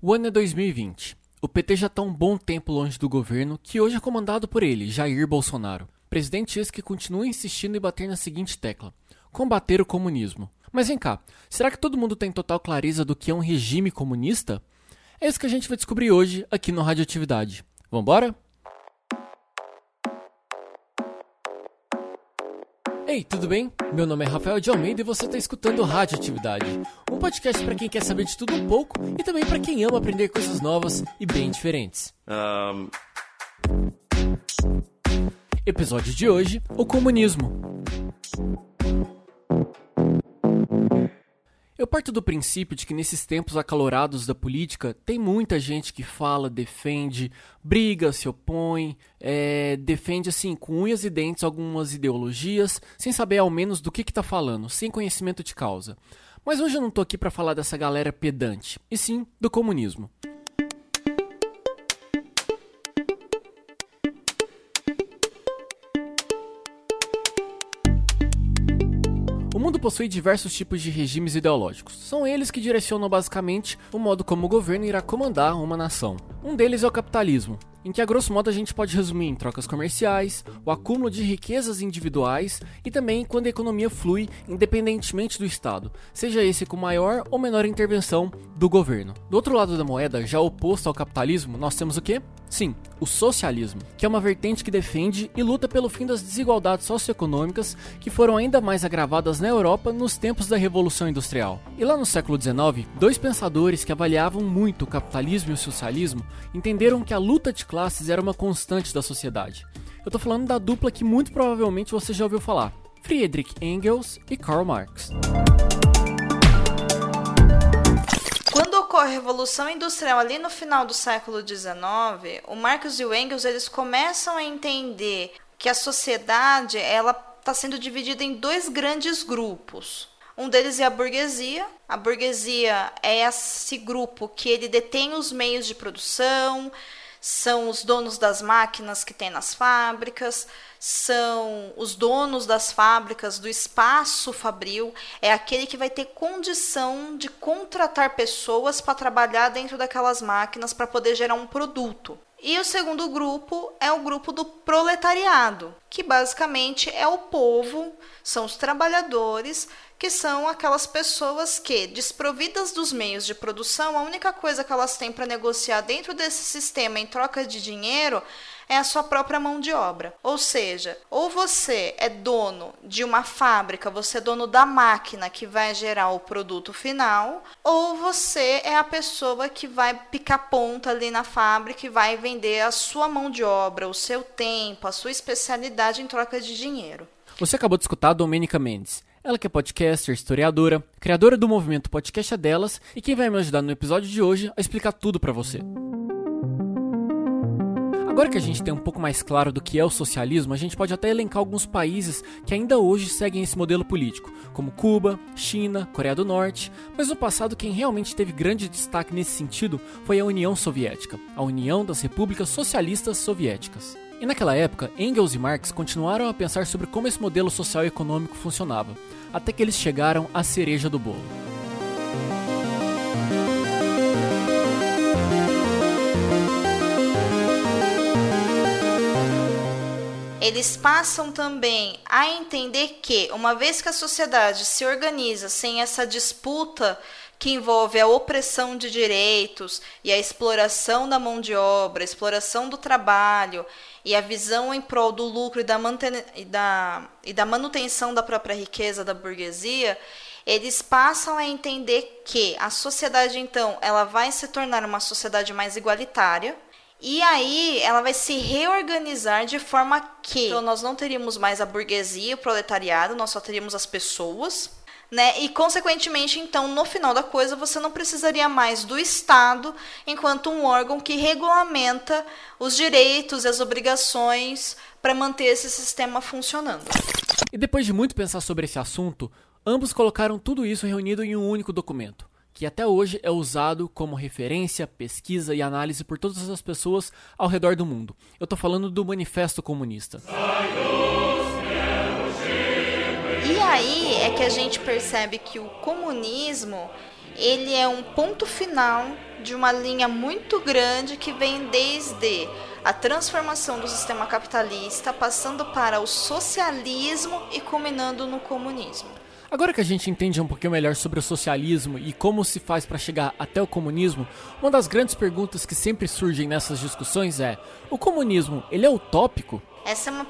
O ano é 2020. O PT já está um bom tempo longe do governo, que hoje é comandado por ele, Jair Bolsonaro. Presidente esse que continua insistindo em bater na seguinte tecla: combater o comunismo. Mas vem cá, será que todo mundo tem total clareza do que é um regime comunista? É isso que a gente vai descobrir hoje aqui no Radioatividade. Vambora? Ei, tudo bem? Meu nome é Rafael de Almeida e você está escutando Radioatividade, um podcast para quem quer saber de tudo um pouco e também para quem ama aprender coisas novas e bem diferentes. Episódio de hoje, o comunismo. Eu parto do princípio de que nesses tempos acalorados da política, tem muita gente que fala, defende, briga, se opõe, defende assim com unhas e dentes algumas ideologias, sem saber ao menos do que tá falando, sem conhecimento de causa. Mas hoje eu não tô aqui para falar dessa galera pedante, e sim do comunismo. O mundo possui diversos tipos de regimes ideológicos. São eles que direcionam basicamente o modo como o governo irá comandar uma nação. Um deles é o capitalismo, em que a grosso modo a gente pode resumir em trocas comerciais, o acúmulo de riquezas individuais e também quando a economia flui independentemente do Estado, seja esse com maior ou menor intervenção do governo. Do outro lado da moeda, já oposto ao capitalismo, nós temos o quê? Sim, o socialismo, que é uma vertente que defende e luta pelo fim das desigualdades socioeconômicas que foram ainda mais agravadas na Europa nos tempos da Revolução Industrial. E lá no século XIX, dois pensadores que avaliavam muito o capitalismo e o socialismo entenderam que a luta de classes era uma constante da sociedade. Eu tô falando da dupla que muito provavelmente você já ouviu falar: Friedrich Engels e Karl Marx. Quando ocorre a Revolução Industrial ali no final do século XIX, o Marx e o Engels eles começam a entender que a sociedade ela está sendo dividida em dois grandes grupos. Um deles é a burguesia. A burguesia é esse grupo que ele detém os meios de produção, são os donos das máquinas que tem nas fábricas, são os donos das fábricas, do espaço fabril, é aquele que vai ter condição de contratar pessoas para trabalhar dentro daquelas máquinas para poder gerar um produto. E o segundo grupo é o grupo do proletariado, que basicamente é o povo, são os trabalhadores, que são aquelas pessoas que, desprovidas dos meios de produção, a única coisa que elas têm para negociar dentro desse sistema em troca de dinheiro é a sua própria mão de obra. Ou seja, ou você é dono de uma fábrica, você é dono da máquina que vai gerar o produto final, ou você é a pessoa que vai picar ponta ali na fábrica e vai vender a sua mão de obra, o seu tempo, a sua especialidade em troca de dinheiro. Você acabou de escutar a Domênica Mendes. Ela que é podcaster, historiadora, criadora do movimento Podcast é Delas e quem vai me ajudar no episódio de hoje a explicar tudo pra você. Agora que a gente tem um pouco mais claro do que é o socialismo, a gente pode até elencar alguns países que ainda hoje seguem esse modelo político, como Cuba, China, Coreia do Norte, mas no passado quem realmente teve grande destaque nesse sentido foi a União Soviética, a União das Repúblicas Socialistas Soviéticas. E naquela época, Engels e Marx continuaram a pensar sobre como esse modelo social e econômico funcionava, até que eles chegaram à cereja do bolo. Eles passam também a entender que, uma vez que a sociedade se organiza sem essa disputa que envolve a opressão de direitos e a exploração da mão de obra, a exploração do trabalho e a visão em prol do lucro e da manutenção da própria riqueza da burguesia, eles passam a entender que a sociedade, então, ela vai se tornar uma sociedade mais igualitária. E aí ela vai se reorganizar de forma que então, nós não teríamos mais a burguesia, o proletariado, nós só teríamos as pessoas, né? E consequentemente, então, no final da coisa, você não precisaria mais do Estado enquanto um órgão que regulamenta os direitos e as obrigações para manter esse sistema funcionando. E depois de muito pensar sobre esse assunto, ambos colocaram tudo isso reunido em um único documento, que até hoje é usado como referência, pesquisa e análise por todas as pessoas ao redor do mundo. Eu tô falando do Manifesto Comunista. E aí, é que a gente percebe que o comunismo, ele é um ponto final de uma linha muito grande que vem desde a transformação do sistema capitalista, passando para o socialismo e culminando no comunismo. Agora que a gente entende um pouquinho melhor sobre o socialismo e como se faz para chegar até o comunismo, uma das grandes perguntas que sempre surgem nessas discussões é: o comunismo, ele é utópico? Essa é uma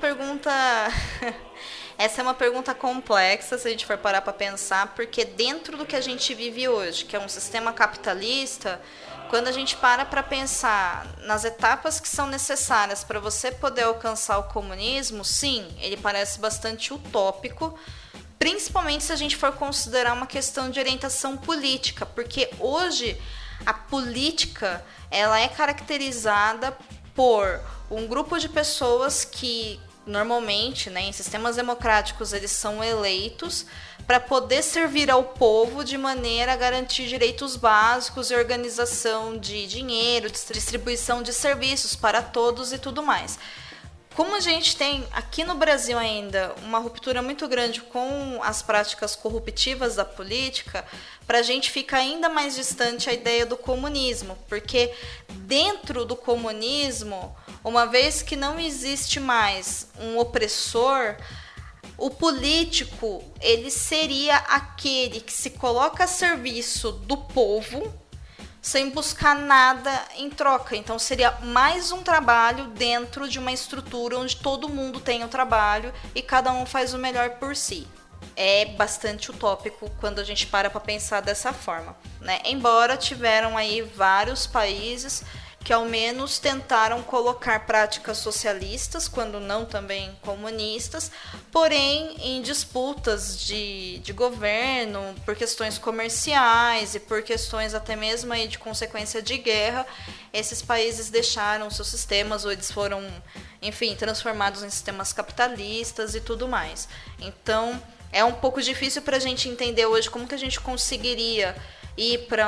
pergunta complexa, se a gente for parar para pensar, porque dentro do que a gente vive hoje, que é um sistema capitalista, quando a gente para pensar nas etapas que são necessárias para você poder alcançar o comunismo, sim, ele parece bastante utópico, principalmente se a gente for considerar uma questão de orientação política, porque hoje a política ela é caracterizada por um grupo de pessoas que normalmente, em sistemas democráticos, eles são eleitos para poder servir ao povo de maneira a garantir direitos básicos e organização de dinheiro, distribuição de serviços para todos e tudo mais. Como a gente tem aqui no Brasil ainda uma ruptura muito grande com as práticas corruptivas da política, para a gente fica ainda mais distante a ideia do comunismo, porque dentro do comunismo, uma vez que não existe mais um opressor, o político ele seria aquele que se coloca a serviço do povo sem buscar nada em troca. Então seria mais um trabalho dentro de uma estrutura onde todo mundo tem o trabalho e cada um faz o melhor por si. É bastante utópico quando a gente para pensar dessa forma, Embora tiveram aí vários países que ao menos tentaram colocar práticas socialistas, quando não também comunistas, porém em disputas de governo, por questões comerciais e por questões até mesmo aí de consequência de guerra, esses países deixaram seus sistemas ou eles foram, transformados em sistemas capitalistas e tudo mais. Então, é um pouco difícil para a gente entender hoje como que a gente conseguiria ir para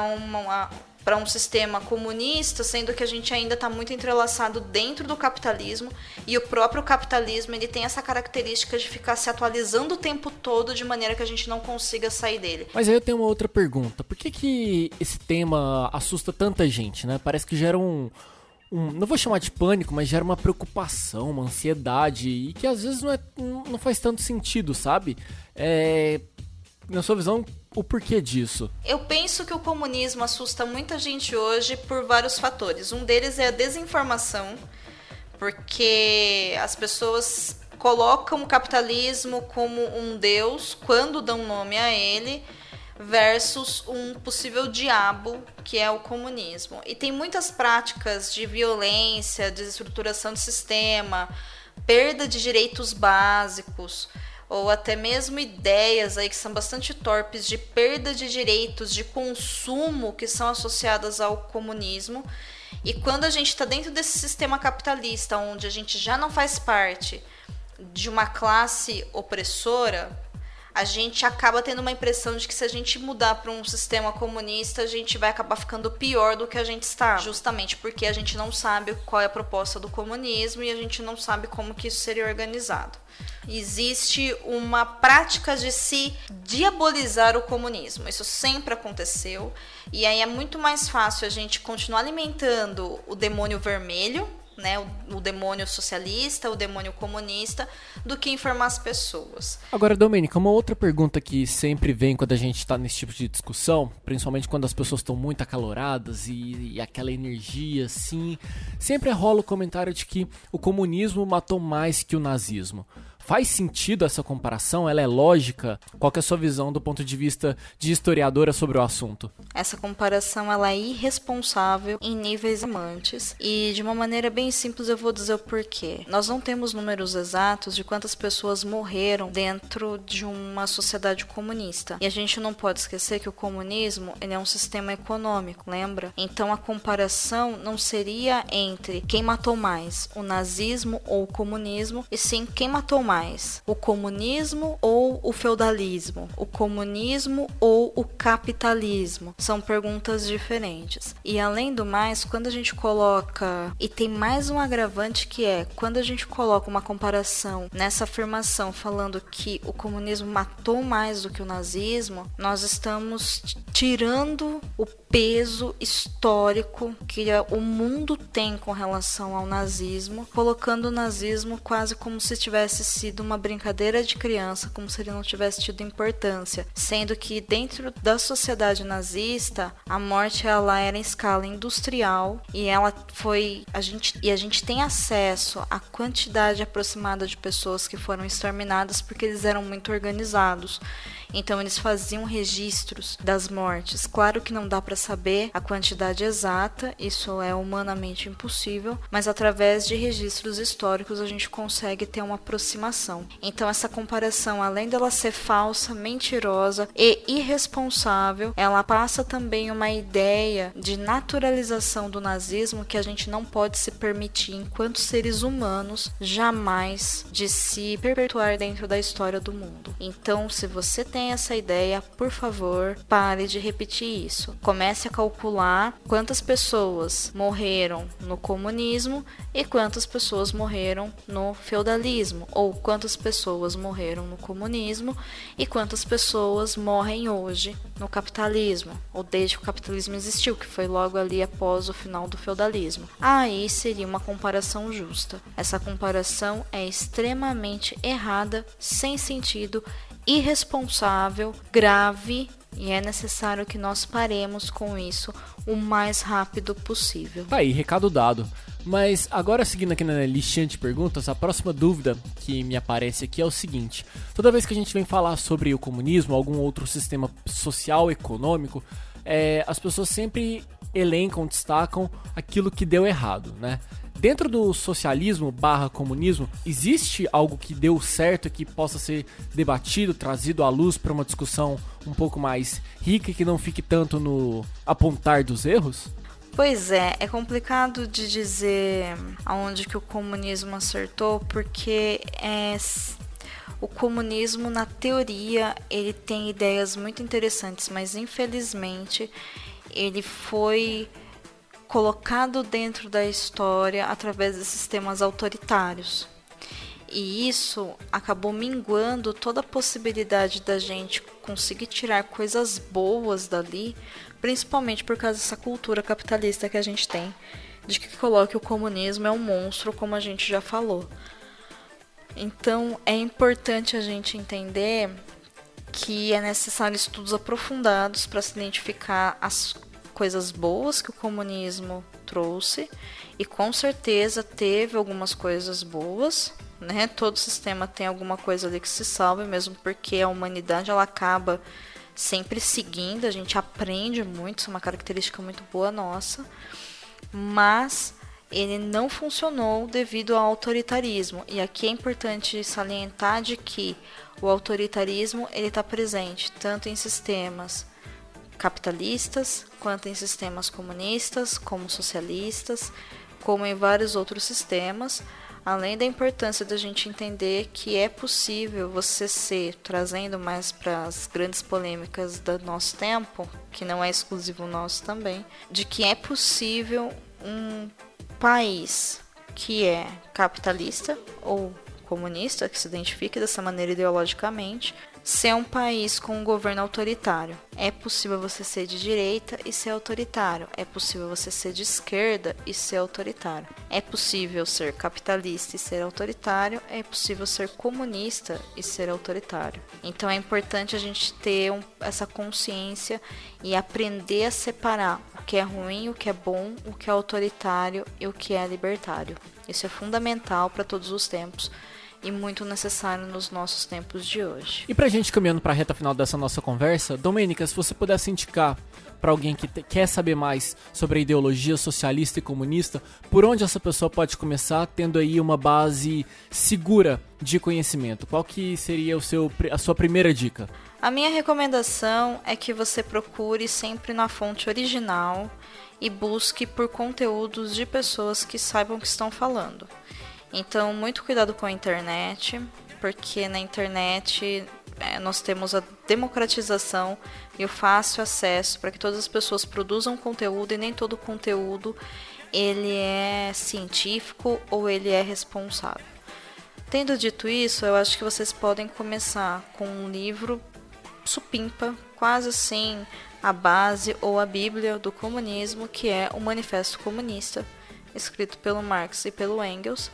um sistema comunista, sendo que a gente ainda está muito entrelaçado dentro do capitalismo, e o próprio capitalismo ele tem essa característica de ficar se atualizando o tempo todo de maneira que a gente não consiga sair dele. Mas aí eu tenho uma outra pergunta: por que esse tema assusta tanta gente, Parece que gera não vou chamar de pânico, mas gera uma preocupação, uma ansiedade, e que às vezes não faz tanto sentido, sabe? Na sua visão, o porquê disso? Eu penso que o comunismo assusta muita gente hoje por vários fatores. Um deles é a desinformação, porque as pessoas colocam o capitalismo como um deus quando dão nome a ele, versus um possível diabo, que é o comunismo. E tem muitas práticas de violência, desestruturação do sistema, perda de direitos básicos, ou até mesmo ideias aí que são bastante torpes de perda de direitos de consumo que são associadas ao comunismo. E quando a gente está dentro desse sistema capitalista, onde a gente já não faz parte de uma classe opressora, a gente acaba tendo uma impressão de que se a gente mudar para um sistema comunista, a gente vai acabar ficando pior do que a gente está. Justamente porque a gente não sabe qual é a proposta do comunismo e a gente não sabe como que isso seria organizado. Existe uma prática de se diabolizar o comunismo. Isso sempre aconteceu. E aí é muito mais fácil a gente continuar alimentando o demônio vermelho, o demônio socialista, o demônio comunista, do que informar as pessoas. Agora, Domênica, uma outra pergunta que sempre vem quando a gente está nesse tipo de discussão, principalmente quando as pessoas estão muito acaloradas e aquela energia assim, sempre rola o comentário de que o comunismo matou mais que o nazismo. Faz sentido essa comparação? Ela é lógica? Qual que é a sua visão do ponto de vista de historiadora sobre o assunto? Essa comparação ela é irresponsável em níveis alarmantes, e de uma maneira bem simples eu vou dizer o porquê. Nós não temos números exatos de quantas pessoas morreram dentro de uma sociedade comunista. E a gente não pode esquecer que o comunismo ele é um sistema econômico, lembra? Então a comparação não seria entre quem matou mais, o nazismo ou o comunismo, e sim quem matou mais, o comunismo ou o feudalismo, o comunismo ou o capitalismo? São perguntas diferentes. E além do mais, quando a gente coloca... E tem mais um agravante que é, quando a gente coloca uma comparação nessa afirmação falando que o comunismo matou mais do que o nazismo, nós estamos tirando o peso histórico que o mundo tem com relação ao nazismo, colocando o nazismo quase como se tivesse sido uma brincadeira de criança, como se ele não tivesse tido importância, sendo que dentro da sociedade nazista, a morte ela era em escala industrial e a gente tem acesso à quantidade aproximada de pessoas que foram exterminadas porque eles eram muito organizados. Então eles faziam registros das mortes. Claro que não dá para saber a quantidade exata, isso é humanamente impossível, mas através de registros históricos a gente consegue ter uma aproximação. Então essa comparação, além dela ser falsa, mentirosa e irresponsável, ela passa também uma ideia de naturalização do nazismo que a gente não pode se permitir enquanto seres humanos jamais de se perpetuar dentro da história do mundo. Então, se você tem essa ideia, por favor, pare de repetir isso. Comece a calcular quantas pessoas morreram no comunismo e quantas pessoas morreram no feudalismo, ou quantas pessoas morreram no comunismo e quantas pessoas morrem hoje no capitalismo, ou desde que o capitalismo existiu, que foi logo ali após o final do feudalismo. Aí seria uma comparação justa. Essa comparação é extremamente errada, sem sentido, irresponsável, grave, e é necessário que nós paremos com isso o mais rápido possível. Tá aí, recado dado. Mas agora, seguindo aqui na listinha de perguntas, a próxima dúvida que me aparece aqui é o seguinte: toda vez que a gente vem falar sobre o comunismo, algum outro sistema social, econômico, as pessoas sempre elencam, destacam aquilo que deu errado, né? Dentro do socialismo / comunismo, existe algo que deu certo e que possa ser debatido, trazido à luz para uma discussão um pouco mais rica e que não fique tanto no apontar dos erros? Pois é complicado de dizer aonde que o comunismo acertou, porque o comunismo, na teoria, ele tem ideias muito interessantes, mas infelizmente ele foi colocado dentro da história através de sistemas autoritários. E isso acabou minguando toda a possibilidade da gente conseguir tirar coisas boas dali, principalmente por causa dessa cultura capitalista que a gente tem, de que coloca o comunismo é um monstro, como a gente já falou. Então é importante a gente entender que é necessário estudos aprofundados para se identificar as coisas boas que o comunismo trouxe, e com certeza teve algumas coisas boas, né? Todo sistema tem alguma coisa ali que se salve, mesmo porque a humanidade ela acaba sempre seguindo, a gente aprende muito, isso é uma característica muito boa nossa, mas ele não funcionou devido ao autoritarismo. E aqui é importante salientar de que o autoritarismo ele está presente tanto em sistemas capitalistas, quanto em sistemas comunistas, como socialistas, como em vários outros sistemas, além da importância da gente entender que é possível você ser, trazendo mais para as grandes polêmicas do nosso tempo, que não é exclusivo nosso também, de que é possível um país que é capitalista ou comunista, que se identifique dessa maneira ideologicamente, ser um país com um governo autoritário. É possível você ser de direita e ser autoritário. É possível você ser de esquerda e ser autoritário. É possível ser capitalista e ser autoritário. É possível ser comunista e ser autoritário. Então é importante a gente ter essa consciência e aprender a separar o que é ruim, o que é bom, o que é autoritário e o que é libertário. Isso é fundamental para todos os tempos e muito necessário nos nossos tempos de hoje. E pra gente caminhando pra reta final dessa nossa conversa, Domênica, se você pudesse indicar para alguém que quer saber mais sobre a ideologia socialista e comunista, por onde essa pessoa pode começar, tendo aí uma base segura de conhecimento? Qual que seria a sua primeira dica? A minha recomendação é que você procure sempre na fonte original e busque por conteúdos de pessoas que saibam o que estão falando. Então, muito cuidado com a internet, porque na internet nós temos a democratização e o fácil acesso para que todas as pessoas produzam conteúdo, e nem todo conteúdo ele é científico ou ele é responsável. Tendo dito isso, eu acho que vocês podem começar com um livro supimpa, quase assim a base ou a bíblia do comunismo, que é o Manifesto Comunista, escrito pelo Marx e pelo Engels.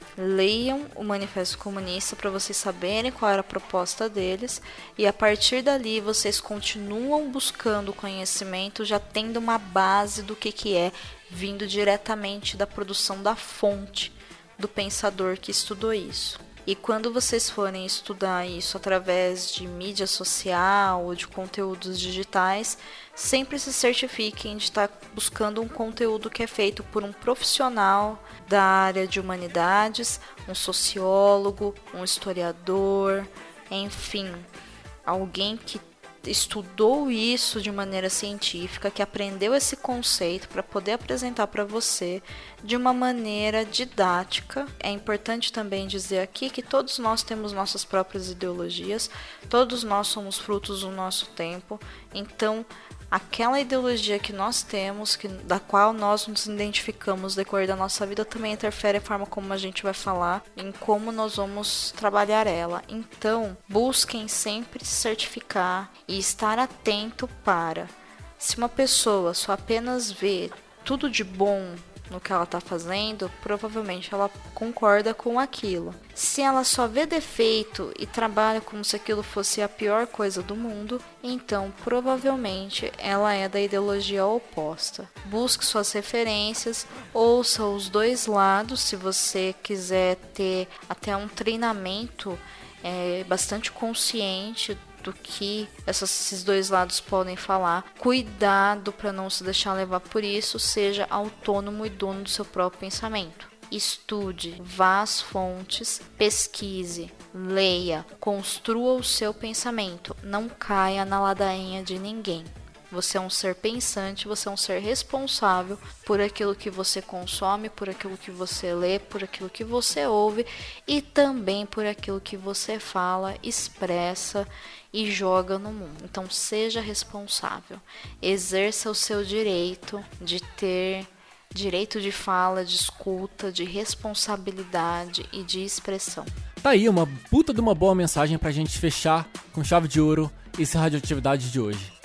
Leiam o Manifesto Comunista para vocês saberem qual era a proposta deles, e a partir dali vocês continuam buscando conhecimento, já tendo uma base do que é, vindo diretamente da produção da fonte do pensador que estudou isso. E quando vocês forem estudar isso através de mídia social ou de conteúdos digitais, sempre se certifiquem de estar buscando um conteúdo que é feito por um profissional da área de humanidades, um sociólogo, um historiador, enfim, alguém que estudou isso de maneira científica, que aprendeu esse conceito para poder apresentar para você de uma maneira didática. É importante também dizer aqui que todos nós temos nossas próprias ideologias, todos nós somos frutos do nosso tempo, então aquela ideologia que nós temos, da qual nós nos identificamos no decorrer da nossa vida, também interfere a forma como a gente vai falar, em como nós vamos trabalhar ela. Então, busquem sempre se certificar e estar atento para, se uma pessoa só apenas vê tudo de bom no que ela está fazendo, provavelmente ela concorda com aquilo. Se ela só vê defeito e trabalha como se aquilo fosse a pior coisa do mundo, então provavelmente ela é da ideologia oposta. Busque suas referências, ouça os dois lados, se você quiser ter até um treinamento bastante consciente do que esses dois lados podem falar. Cuidado para não se deixar levar por isso, seja autônomo e dono do seu próprio pensamento. Estude, vá às fontes, pesquise, leia, construa o seu pensamento, não caia na ladainha de ninguém. Você é um ser pensante, você é um ser responsável por aquilo que você consome, por aquilo que você lê, por aquilo que você ouve e também por aquilo que você fala, expressa e joga no mundo. Então seja responsável, exerça o seu direito de ter direito de fala, de escuta, de responsabilidade e de expressão. Tá aí uma puta de uma boa mensagem pra gente fechar com chave de ouro esse Radioatividade de hoje.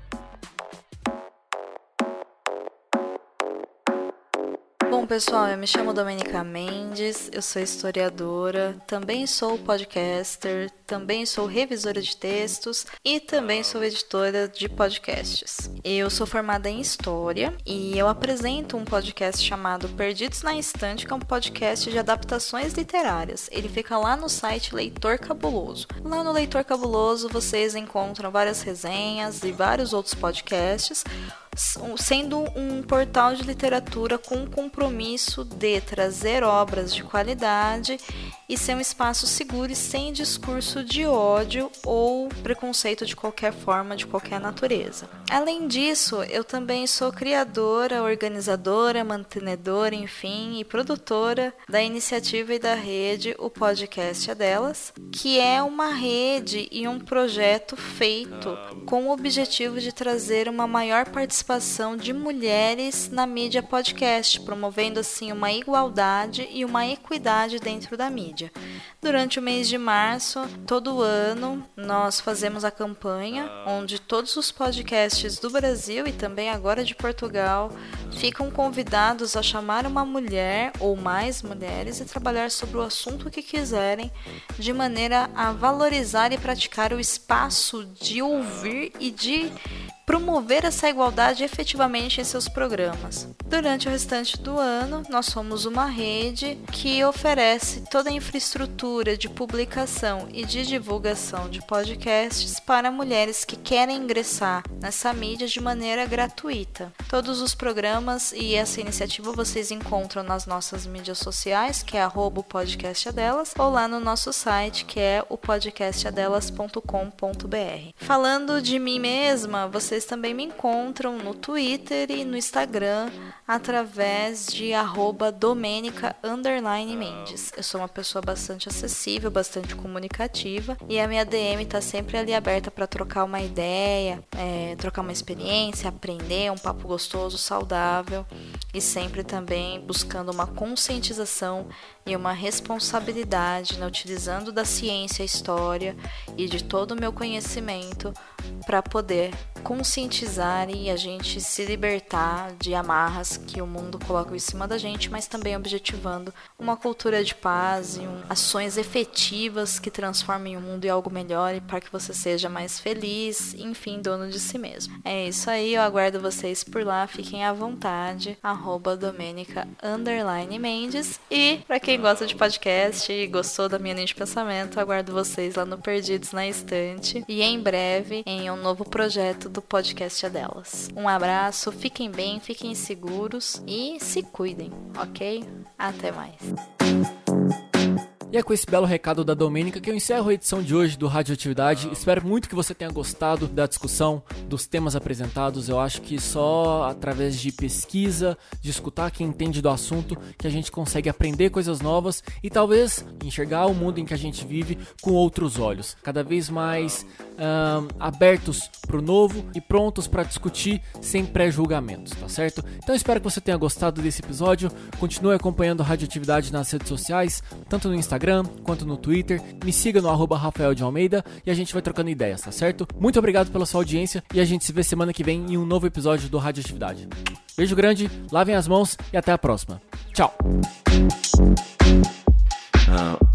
Bom, pessoal, eu me chamo Domenica Mendes, eu sou historiadora, também sou podcaster, também sou revisora de textos e também sou editora de podcasts. Eu sou formada em História e eu apresento um podcast chamado Perdidos na Estante, que é um podcast de adaptações literárias. Ele fica lá no site Leitor Cabuloso. Lá no Leitor Cabuloso vocês encontram várias resenhas e vários outros podcasts, sendo um portal de literatura com o compromisso de trazer obras de qualidade e ser um espaço seguro e sem discurso de ódio ou preconceito de qualquer forma, de qualquer natureza. Além disso, eu também sou criadora, organizadora, mantenedora, enfim, e produtora da iniciativa e da rede O Podcast é Delas, que é uma rede e um projeto feito com o objetivo de trazer uma maior participação de mulheres na mídia podcast, promovendo assim uma igualdade e uma equidade dentro da mídia. Durante o mês de março, todo ano, nós fazemos a campanha onde todos os podcasts do Brasil e também agora de Portugal ficam convidados a chamar uma mulher ou mais mulheres e trabalhar sobre o assunto que quiserem, de maneira a valorizar e praticar o espaço de ouvir e de promover essa igualdade efetivamente em seus programas. Durante o restante do ano, nós somos uma rede que oferece toda a infraestrutura de publicação e de divulgação de podcasts para mulheres que querem ingressar nessa mídia de maneira gratuita. Todos os programas e essa iniciativa vocês encontram nas nossas mídias sociais, que é @podcastadelas, ou lá no nosso site, que é o podcastadelas.com.br. Falando de mim mesma, vocês vocês também me encontram no Twitter e no Instagram através de @Domenica_Mendes. Eu sou uma pessoa bastante acessível, bastante comunicativa, e a minha DM tá sempre ali aberta para trocar uma ideia, trocar uma experiência, aprender, um papo gostoso, saudável, e sempre também buscando uma conscientização e uma responsabilidade, né, utilizando da ciência, a história e de todo o meu conhecimento para poder conscientizar e a gente se libertar de amarras que o mundo coloca em cima da gente, mas também objetivando uma cultura de paz e ações efetivas que transformem o mundo em algo melhor e para que você seja mais feliz, enfim, dono de si mesmo. É isso aí, eu aguardo vocês por lá, fiquem à vontade, @Domenica_Mendes, e para quem gosta de podcast e gostou da minha linha de pensamento, aguardo vocês lá no Perdidos na Estante e em breve em um novo projeto do podcast Delas. Um abraço, fiquem bem, fiquem seguros e se cuidem, ok? Até mais. E é com esse belo recado da Domênica que eu encerro a edição de hoje do Radioatividade. Espero muito que você tenha gostado da discussão, dos temas apresentados. Eu acho que só através de pesquisa, de escutar quem entende do assunto, que a gente consegue aprender coisas novas e talvez enxergar o mundo em que a gente vive com outros olhos. Cada vez mais abertos para o novo e prontos para discutir sem pré-julgamentos, tá certo? Então espero que você tenha gostado desse episódio. Continue acompanhando a Radioatividade nas redes sociais, tanto no Instagram quanto no Twitter. Me siga no @Rafael de Almeida e a gente vai trocando ideias, tá certo? Muito obrigado pela sua audiência e a gente se vê semana que vem em um novo episódio do Radioatividade. Beijo grande, lavem as mãos e até a próxima. Tchau!